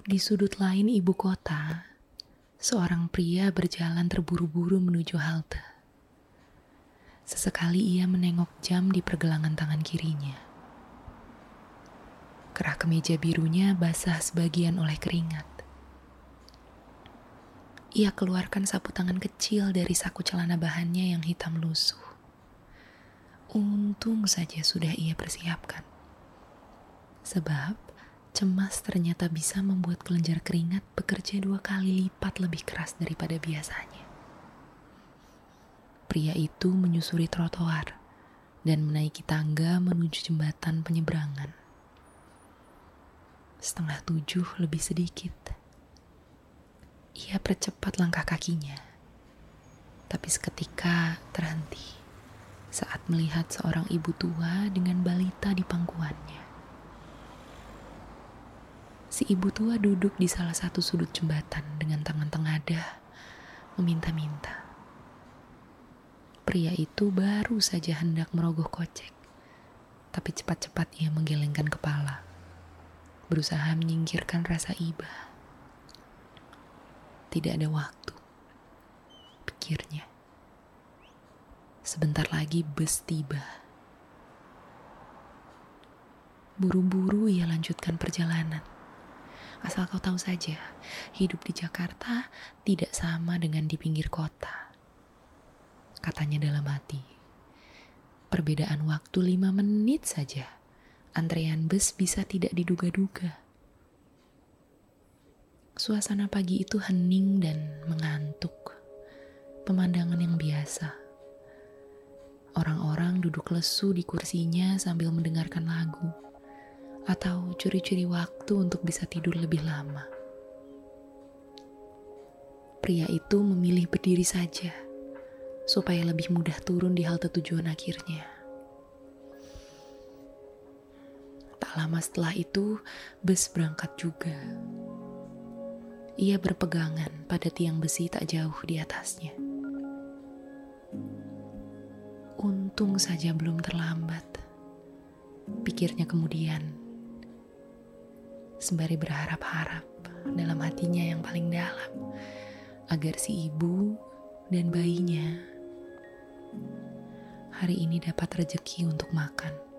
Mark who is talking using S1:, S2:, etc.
S1: Di sudut lain ibu kota, seorang pria berjalan terburu-buru menuju halte. Sesekali ia menengok jam di pergelangan tangan kirinya. Kerah kemeja birunya basah sebagian oleh keringat. Ia keluarkan sapu tangan kecil dari saku celana bahannya yang hitam lusuh. Untung saja sudah ia persiapkan. Sebab cemas ternyata bisa membuat kelenjar keringat bekerja 2 kali lipat lebih keras daripada biasanya. Pria itu menyusuri trotoar dan menaiki tangga menuju jembatan penyeberangan. 6:30 lebih sedikit. Ia percepat langkah kakinya, tapi seketika terhenti saat melihat seorang ibu tua dengan balita di pangkuannya. Si ibu tua duduk di salah satu sudut jembatan dengan tangan tengadah, meminta-minta. Pria itu baru saja hendak merogoh kocek, tapi cepat-cepat ia menggelengkan kepala, berusaha menyingkirkan rasa iba. Tidak ada waktu, pikirnya. Sebentar lagi bus tiba. Buru-buru ia lanjutkan perjalanan. Asal kau tahu saja, hidup di Jakarta tidak sama dengan di pinggir kota. Katanya dalam hati. Perbedaan waktu 5 menit saja, antrean bus bisa tidak diduga-duga. Suasana pagi itu hening dan mengantuk. Pemandangan yang biasa. Orang-orang duduk lesu di kursinya sambil mendengarkan lagu, atau curi-curi waktu untuk bisa tidur lebih lama. Pria itu memilih berdiri saja, supaya lebih mudah turun di halte tujuan akhirnya. Tak lama setelah itu, bus berangkat juga. Ia berpegangan pada tiang besi tak jauh di atasnya. Untung saja belum terlambat, pikirnya kemudian, sembari berharap-harap dalam hatinya yang paling dalam, agar si ibu dan bayinya hari ini dapat rezeki untuk makan.